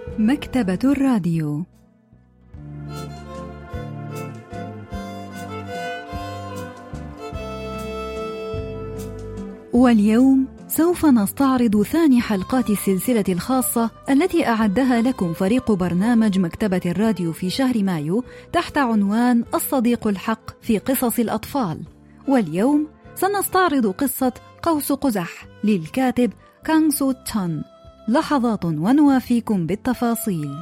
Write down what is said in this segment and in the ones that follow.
مكتبة الراديو. واليوم سوف نستعرض ثاني حلقات السلسلة الخاصة التي أعدها لكم فريق برنامج مكتبة الراديو في شهر مايو تحت عنوان الصديق الحق في قصص الأطفال. واليوم سنستعرض قصة قوس قزح للكاتب كانغ سو تشان. لحظات ونوافيكم بالتفاصيل.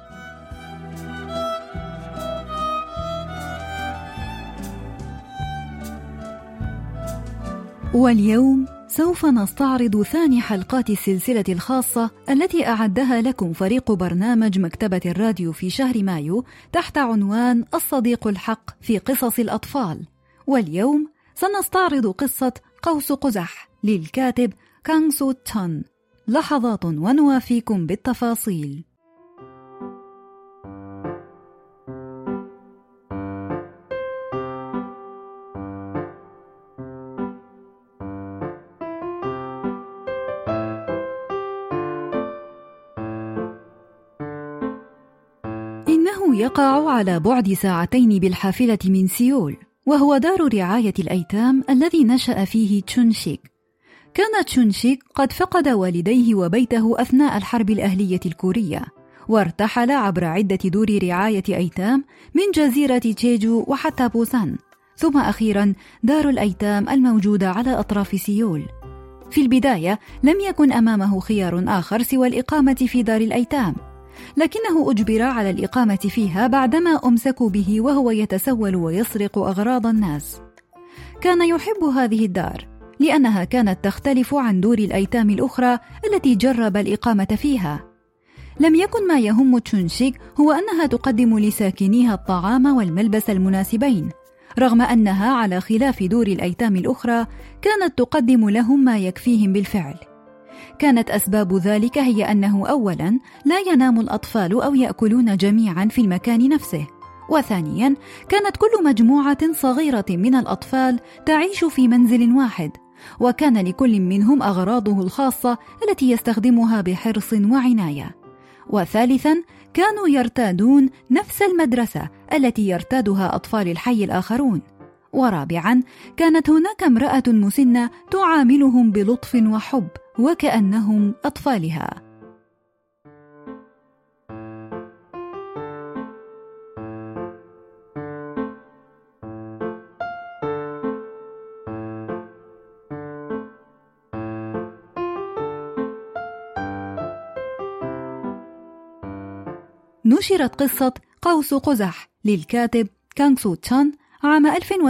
واليوم سوف نستعرض ثاني حلقات السلسلة الخاصة التي أعدها لكم فريق برنامج مكتبة الراديو في شهر مايو تحت عنوان الصديق الحق في قصص الأطفال. واليوم سنستعرض قصة قوس قزح للكاتب كانغ سو تشان. لحظات ونوافيكم بالتفاصيل. إنه يقع على بعد ساعتين بالحافلة من سيول، وهو دار رعاية الأيتام الذي نشأ فيه تشون شيك. كان تشون شيك قد فقد والديه وبيته أثناء الحرب الأهلية الكورية، وارتحل عبر عدة دور رعاية أيتام من جزيرة تشيجو وحتى بوسان، ثم أخيرا دار الأيتام الموجودة على أطراف سيول. في البداية لم يكن أمامه خيار آخر سوى الإقامة في دار الأيتام، لكنه أجبر على الإقامة فيها بعدما أمسكوا به وهو يتسول ويسرق أغراض الناس. كان يحب هذه الدار لأنها كانت تختلف عن دور الأيتام الأخرى التي جرب الإقامة فيها. لم يكن ما يهم تشون شيك هو أنها تقدم لساكنيها الطعام والملبس المناسبين، رغم أنها على خلاف دور الأيتام الأخرى كانت تقدم لهم ما يكفيهم بالفعل. كانت أسباب ذلك هي أنه أولاً لا ينام الأطفال أو يأكلون جميعاً في المكان نفسه، وثانياً كانت كل مجموعة صغيرة من الأطفال تعيش في منزل واحد، وكان لكل منهم أغراضه الخاصة التي يستخدمها بحرص وعناية. وثالثاً كانوا يرتادون نفس المدرسة التي يرتادها أطفال الحي الآخرون. ورابعاً كانت هناك امرأة مسنة تعاملهم بلطف وحب وكأنهم أطفالها. نشرت قصة قوس قزح للكاتب كانغ سو تشان عام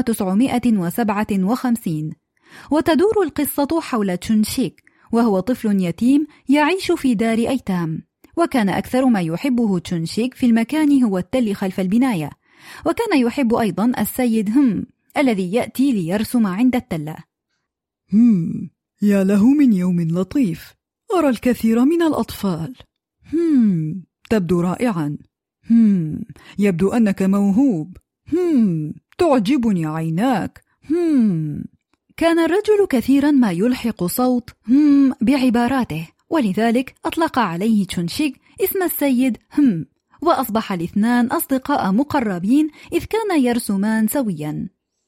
1957، وتدور القصة حول تشون شيك، وهو طفل يتيم يعيش في دار أيتام. وكان أكثر ما يحبه تشون شيك في المكان هو التل خلف البناية، وكان يحب أيضا السيد الذي يأتي ليرسم عند التلة. يا له من يوم لطيف، أرى الكثير من الأطفال. تبدو رائعا. يبدو أنك موهوب. تعجبني عيناك. كان الرجل كثيرا ما يلحق صوت بعباراته، ولذلك أطلق عليه تشون شيك اسم السيد وأصبح الاثنان أصدقاء مقربين إذ كانا يرسمان سويا.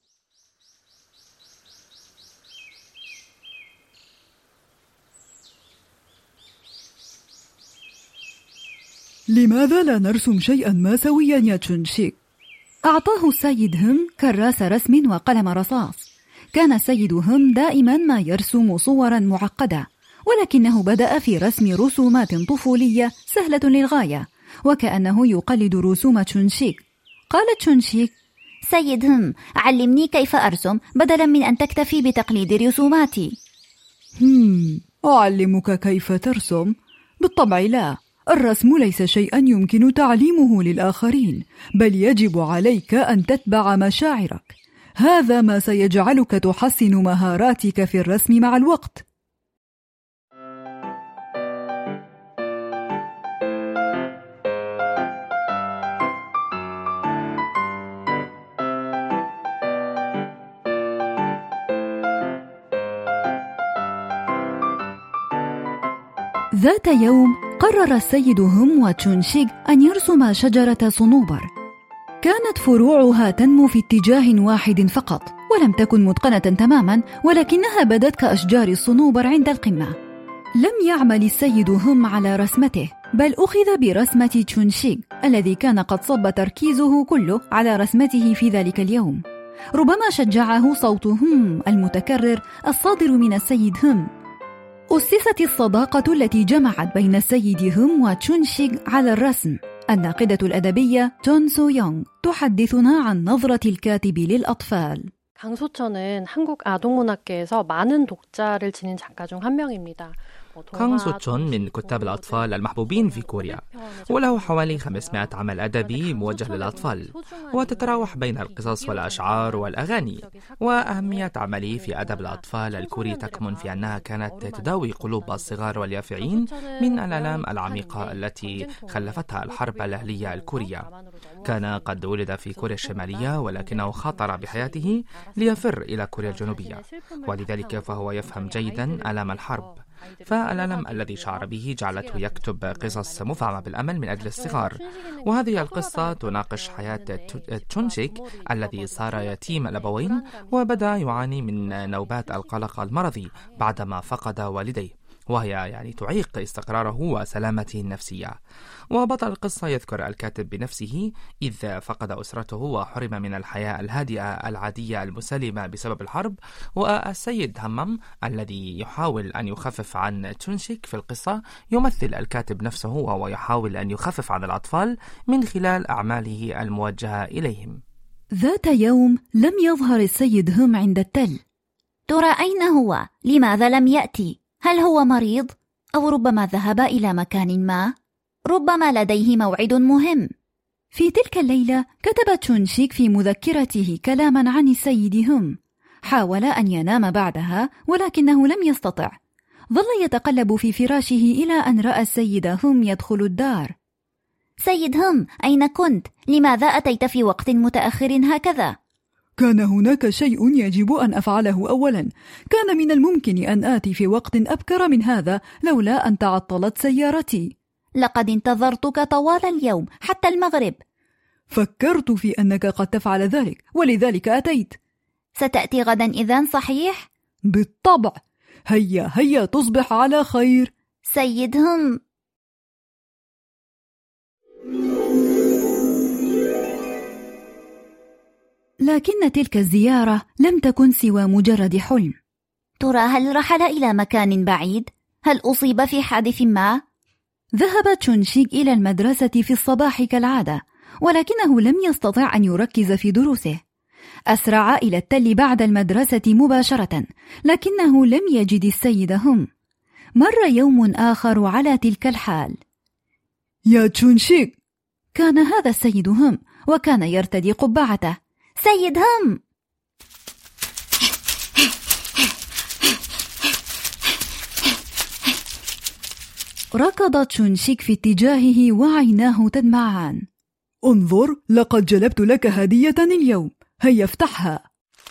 لماذا لا نرسم شيئا ما سويا يا تشون شيك؟ أعطاه السيد كراس رسم وقلم رصاص. كان السيد دائما ما يرسم صورا معقدة، ولكنه بدأ في رسم رسومات طفولية سهلة للغاية، وكأنه يقلد رسوم تشون شيك. قالت تشون شيك: سيد علمني كيف أرسم بدلا من أن تكتفي بتقليد رسوماتي. أعلمك كيف ترسم؟ بالطبع لا، الرسم ليس شيئا يمكن تعليمه للآخرين، بل يجب عليك أن تتبع مشاعرك. هذا ما سيجعلك تحسن مهاراتك في الرسم مع الوقت. ذات يوم قرر السيد هم وتشونشيك أن يرسم شجرة صنوبر. كانت فروعها تنمو في اتجاه واحد فقط، ولم تكن متقنة تماما، ولكنها بدت كأشجار الصنوبر عند القمة. لم يعمل السيد هم على رسمته، بل أخذ برسمة تشونشيك الذي كان قد صب تركيزه كله على رسمته في ذلك اليوم. ربما شجعه صوت هم المتكرر الصادر من السيد هم. أسست الصداقة التي جمعت بين السيد هم وتشونشيك على الرسم. الناقدة الأدبية جون سو يونغ تحدثنا عن نظرة الكاتب للأطفال. 강소천은 한국 아동문학계에서 많은 독자를 지닌 작가 중 한 명입니다. كانغ سوتشون من كتاب الأطفال المحبوبين في كوريا، وله حوالي 500 عمل أدبي موجه للأطفال، وتتراوح بين القصص والأشعار والأغاني. وأهمية عمله في أدب الأطفال الكوري تكمن في أنها كانت تداوي قلوب الصغار واليافعين من الآلام العميقة التي خلفتها الحرب الأهلية الكورية. كان قد ولد في كوريا الشمالية، ولكنه خاطر بحياته ليفر إلى كوريا الجنوبية، ولذلك فهو يفهم جيدا آلام الحرب. فالألم الذي شعر به جعلته يكتب قصص مفعمة بالأمل من أجل الصغار. وهذه القصة تناقش حياة تشونشيك الذي صار يتيم الأبوين وبدأ يعاني من نوبات القلق المرضي بعدما فقد والديه، وهي تعيق استقراره وسلامته النفسية. وبطل القصة يذكر الكاتب بنفسه إذ فقد أسرته وحرم من الحياة الهادئة العادية المسلمة بسبب الحرب. والسيد همم الذي يحاول أن يخفف عن تشونشيك في القصة يمثل الكاتب نفسه، وهو يحاول أن يخفف عن الأطفال من خلال أعماله الموجهة إليهم. ذات يوم لم يظهر السيد هم عند التل. ترى أين هو؟ لماذا لم يأتي؟ هل هو مريض؟ أو ربما ذهب إلى مكان ما؟ ربما لديه موعد مهم. في تلك الليلة كتب تشونشيك في مذكرته كلاما عن السيد هم. حاول أن ينام بعدها، ولكنه لم يستطع. ظل يتقلب في فراشه إلى أن رأى السيد هم يدخل الدار. سيد هم، أين كنت؟ لماذا أتيت في وقت متأخر هكذا؟ كان هناك شيء يجب أن أفعله أولا. كان من الممكن أن آتي في وقت أبكر من هذا لولا أن تعطلت سيارتي. لقد انتظرتك طوال اليوم حتى المغرب. فكرت في أنك قد تفعل ذلك، ولذلك أتيت. ستأتي غدا إذن، صحيح؟ بالطبع. هيا تصبح على خير. سيد هم. لكن تلك الزيارة لم تكن سوى مجرد حلم. ترى هل رحل إلى مكان بعيد؟ هل أصيب في حادث ما؟ ذهب تشونشيك إلى المدرسة في الصباح كالعادة، ولكنه لم يستطع أن يركز في دروسه. أسرع إلى التل بعد المدرسة مباشرة، لكنه لم يجد السيد هم. مر يوم آخر على تلك الحال. يا تشونشيك! كان هذا السيد هم، وكان يرتدي قبعته. سيد هم! ركض تشونشيك في اتجاهه وعيناه تدمعان. انظر، لقد جلبت لك هدية اليوم، هيا افتحها.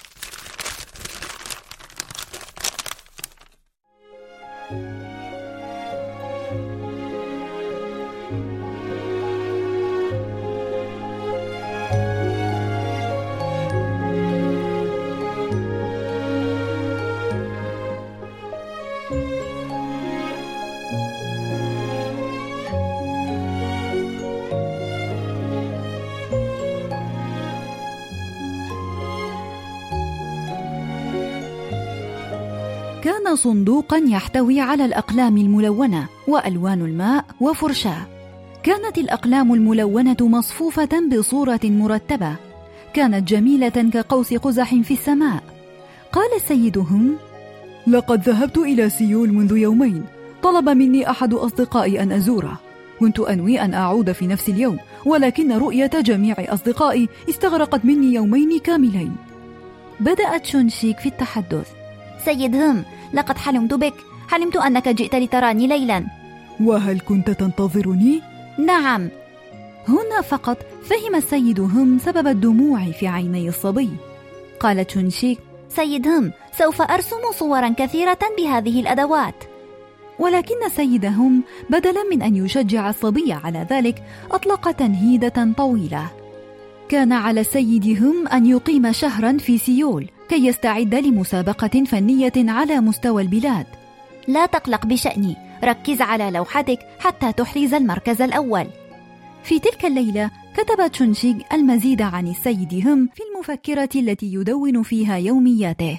كان صندوقا يحتوي على الأقلام الملونة وألوان الماء وفرشاة. كانت الأقلام الملونة مصفوفة بصورة مرتبة، كانت جميلة كقوس قزح في السماء. قال السيد هم: لقد ذهبت إلى سيول منذ يومين. طلب مني أحد أصدقائي أن أزوره. كنت أنوي أن أعود في نفس اليوم، ولكن رؤية جميع أصدقائي استغرقت مني يومين كاملين. بدأت تشونشيك في التحدث. سيد هم، لقد حلمت بك. حلمت أنك جئت لتراني ليلا. وهل كنت تنتظرني؟ نعم. هنا فقط فهم السيد هم سبب الدموع في عيني الصبي. قال تشونشيك: سيد هم، سوف أرسم صورا كثيرة بهذه الأدوات. ولكن سيد هم بدلا من أن يشجع الصبي على ذلك أطلق تنهيدة طويلة. كان على السيد هم أن يقيم شهرا في سيول كي يستعد لمسابقة فنية على مستوى البلاد. لا تقلق بشأني، ركز على لوحتك حتى تحرز المركز الأول. في تلك الليلة كتب تشونشيغ المزيد عن السيد هم في المفكرة التي يدون فيها يومياته.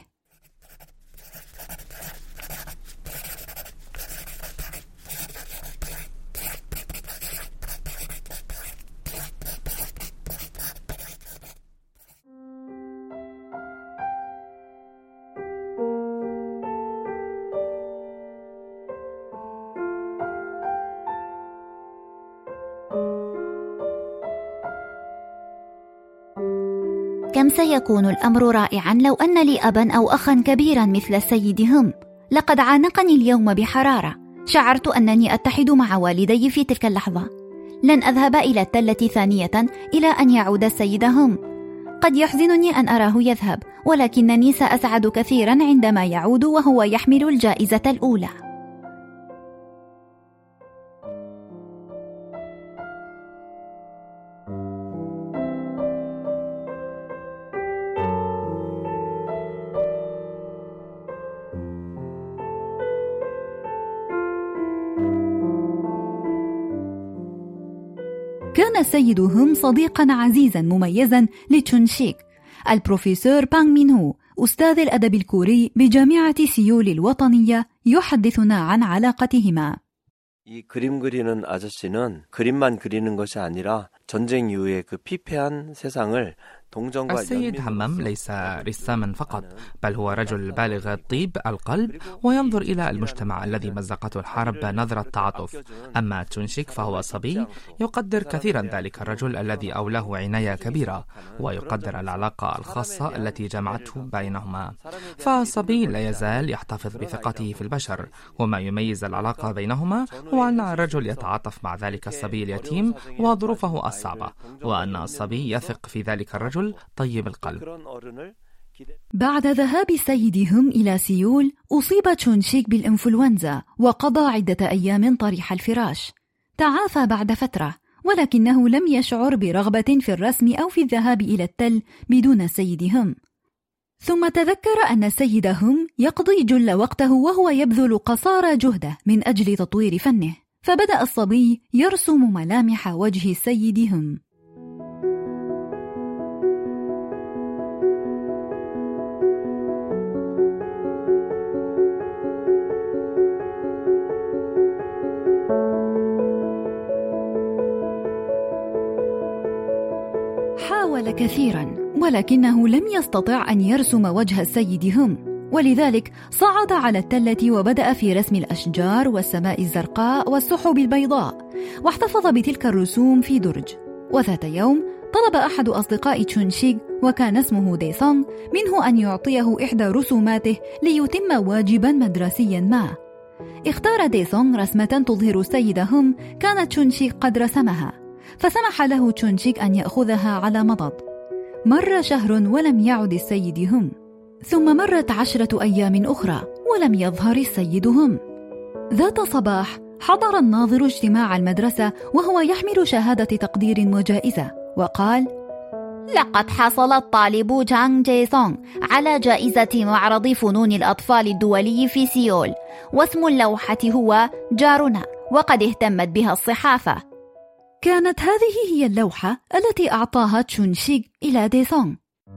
كم سيكون الأمر رائعا لو أن لي أبا أو أخا كبيرا مثل السيد هم. لقد عانقني اليوم بحرارة، شعرت أنني أتحد مع والدي في تلك اللحظة. لن أذهب إلى التلة ثانية إلى أن يعود السيد هم. قد يحزنني أن أراه يذهب، ولكنني سأسعد كثيرا عندما يعود وهو يحمل الجائزة الأولى. كان السيد هم صديقا عزيزا مميزا لتشونشيغ. البروفيسور بانغ مين هو أستاذ الأدب الكوري بجامعة سيول الوطنية يحدثنا عن علاقتهما. 이 그림 그리는 아저씨는 그림만 그리는 것이 아니라 전쟁 이후의 그 피폐한 세상을 السيد همام ليس رساما فقط، بل هو رجل بالغ طيب القلب وينظر إلى المجتمع الذي مزقته الحرب نظرة تعاطف. أما تشونشيغ فهو صبي يقدر كثيرا ذلك الرجل الذي أولاه عناية كبيرة، ويقدر العلاقة الخاصة التي جمعته بينهما. فالصبي لا يزال يحتفظ بثقته في البشر، وما يميز العلاقة بينهما هو أن الرجل يتعاطف مع ذلك الصبي اليتيم وظروفه الصعبة، وأن الصبي يثق في ذلك الرجل طيب القلب. بعد ذهاب السيد هم إلى سيول أصيب تشونشيغ بالإنفلونزا وقضى عدة أيام طريح الفراش. تعافى بعد فترة، ولكنه لم يشعر برغبة في الرسم أو في الذهاب إلى التل بدون السيد هم. ثم تذكر أن السيد هم يقضي جل وقته وهو يبذل قصارى جهده من أجل تطوير فنه، فبدأ الصبي يرسم ملامح وجه السيد هم. حاول كثيرا، ولكنه لم يستطع أن يرسم وجه السيد هم، ولذلك صعد على التلة وبدأ في رسم الأشجار والسماء الزرقاء والسحب البيضاء، واحتفظ بتلك الرسوم في درج. وذات يوم طلب أحد أصدقاء تشونشيغ وكان اسمه ديسونغ منه أن يعطيه إحدى رسوماته ليتم واجبا مدرسيا ما. اختار ديسونغ رسمة تظهر السيد هم كانت تشونشيغ قد رسمها، فسمح له تشونشيغ أن يأخذها على مضض. مر شهر ولم يعد السيد هم، ثم مرت 10 أيام أخرى ولم يظهر السيد هم. ذات صباح حضر الناظر اجتماع المدرسة وهو يحمل شهادة تقدير وجائزة، وقال: لقد حصل الطالب جانغ جيسونغ على جائزة معرض فنون الأطفال الدولي في سيول، واسم اللوحة هو جارنا، وقد اهتمت بها الصحافة. كانت هذه هي اللوحة التي أعطاها تشونشيغ إلى ديسونغ.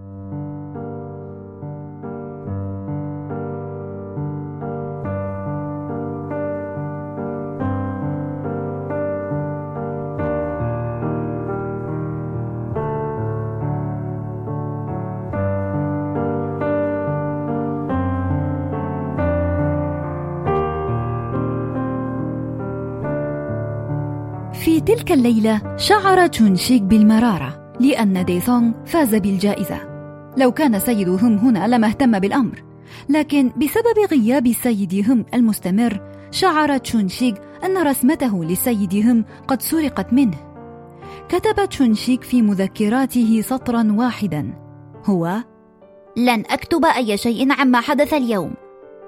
في تلك الليلة شعر تشونشيغ بالمرارة لأن ديسونغ فاز بالجائزة. لو كان سيد هم هنا لما اهتم بالأمر، لكن بسبب غياب السيد هم المستمر شعر تشونشيغ أن رسمته للسيد هم قد سرقت منه. كتب تشونشيغ في مذكراته سطرا واحدا، هو: لن أكتب أي شيء عما حدث اليوم.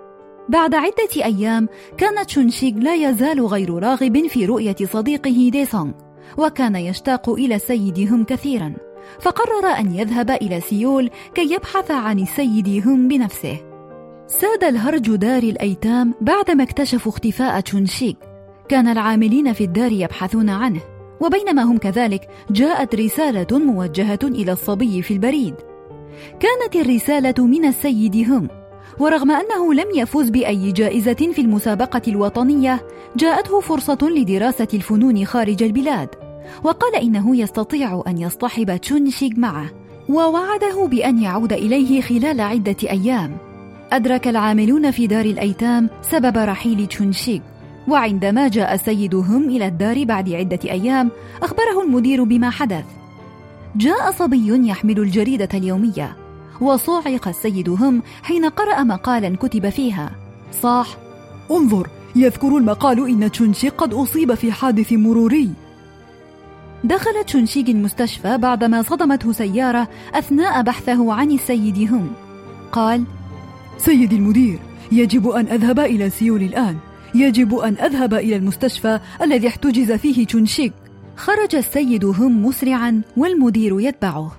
بعد عدة أيام كان تشونشيك لا يزال غير راغب في رؤية صديقه دي سونغ، وكان يشتاق إلى السيد هم كثيرا، فقرر أن يذهب إلى سيول كي يبحث عن السيد هم بنفسه. ساد الهرج دار الأيتام بعدما اكتشفوا اختفاء تشونشيك. كان العاملين في الدار يبحثون عنه، وبينما هم كذلك جاءت رسالة موجهة إلى الصبي في البريد. كانت الرسالة من السيد هم، ورغم أنه لم يفز بأي جائزة في المسابقة الوطنية، جاءته فرصة لدراسة الفنون خارج البلاد، وقال إنه يستطيع أن يصطحب تشونشيك معه، ووعده بأن يعود إليه خلال عدة أيام. أدرك العاملون في دار الأيتام سبب رحيل تشونشيك، وعندما جاء السيد هم إلى الدار بعد عدة أيام أخبره المدير بما حدث. جاء صبي يحمل الجريدة اليومية، وصعق السيد هم حين قرأ مقالا كتب فيها: صاح، انظر، يذكر المقال إن تشونشيك قد أصيب في حادث مروري. دخل تشونشيك المستشفى بعدما صدمته سيارة أثناء بحثه عن السيد هم. قال: سيدي المدير، يجب أن أذهب إلى سيول الآن، يجب أن أذهب إلى المستشفى الذي احتجز فيه تشونشيك. خرج السيد هم مسرعا والمدير يتبعه.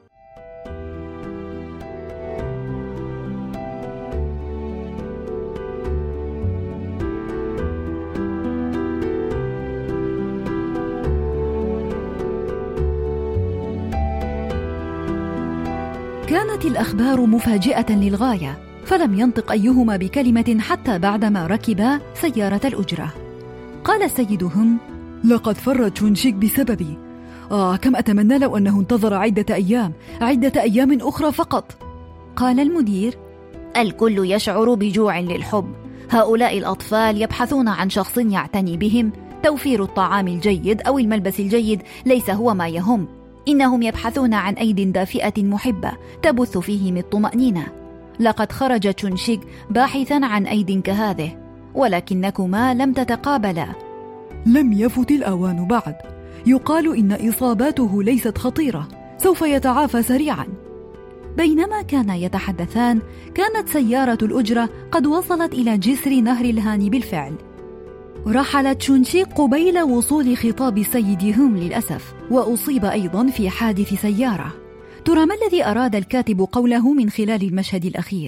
كانت الأخبار مفاجئة للغاية، فلم ينطق أيهما بكلمة حتى بعدما ركبا سيارة الأجرة. قال السيد هم: لقد فر تشونشيك بسببي. كم أتمنى لو أنه انتظر عدة أيام أخرى فقط. قال المدير: الكل يشعر بجوع للحب. هؤلاء الأطفال يبحثون عن شخص يعتني بهم. توفير الطعام الجيد أو الملبس الجيد ليس هو ما يهم. إنهم يبحثون عن أيد دافئة محبة تبث فيهم الطمأنينة. لقد خرج تشونشيك باحثا عن أيد كهذه، ولكنكما لم تتقابلا. لم يفت الأوان بعد. يقال إن إصاباته ليست خطيرة، سوف يتعافى سريعا. بينما كانا يتحدثان، كانت سيارة الأجرة قد وصلت إلى جسر نهر الهاني بالفعل. رحل تشونشيك قبيل وصول خطاب السيد هم للأسف، وأصيب أيضا في حادث سيارة. ترى ما الذي أراد الكاتب قوله من خلال المشهد الأخير؟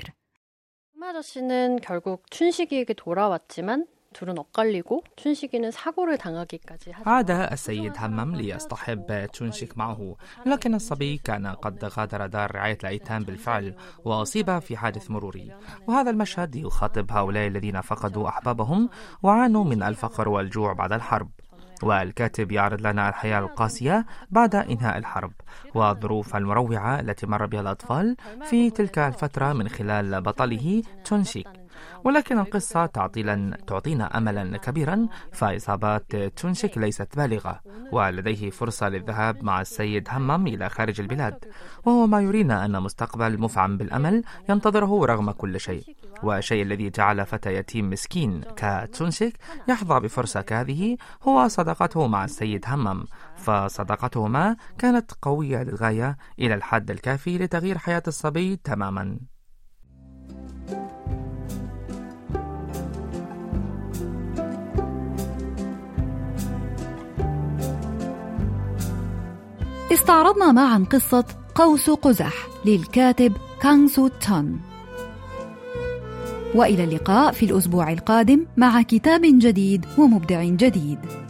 아저씨는 결국 춘식이에게 돌아왔지만 둘은 엇갈리고 춘식이는 사고를 당하기까지 하죠. عاد السيد همام ليصطحب تشونشيك معه، لكن الصبي كان قد غادر دار رعاية الأيتام بالفعل وأصيب في حادث مروري. وهذا المشهد يخاطب هؤلاء الذين فقدوا أحبابهم وعانوا من الفقر والجوع بعد الحرب. والكاتب يعرض لنا الحياة القاسية بعد إنهاء الحرب والظروف المروعة التي مر بها الأطفال في تلك الفترة من خلال بطله تشونشيك. ولكن القصة تعطينا أملا كبيرا، فإصابات تشونشيك ليست بالغة، ولديه فرصة للذهاب مع السيد همام إلى خارج البلاد، وهو ما يرينا أن مستقبل مفعم بالأمل ينتظره رغم كل شيء. والشيء الذي جعل فتى يتيم مسكين كتشونشيك يحظى بفرصة كهذه هو صداقته مع السيد همام، فصداقتهما كانت قوية للغاية إلى الحد الكافي لتغيير حياة الصبي تماما. استعرضنا معا قصة قوس قزح للكاتب كانغ سو تون. وإلى اللقاء في الأسبوع القادم مع كتاب جديد ومبدع جديد.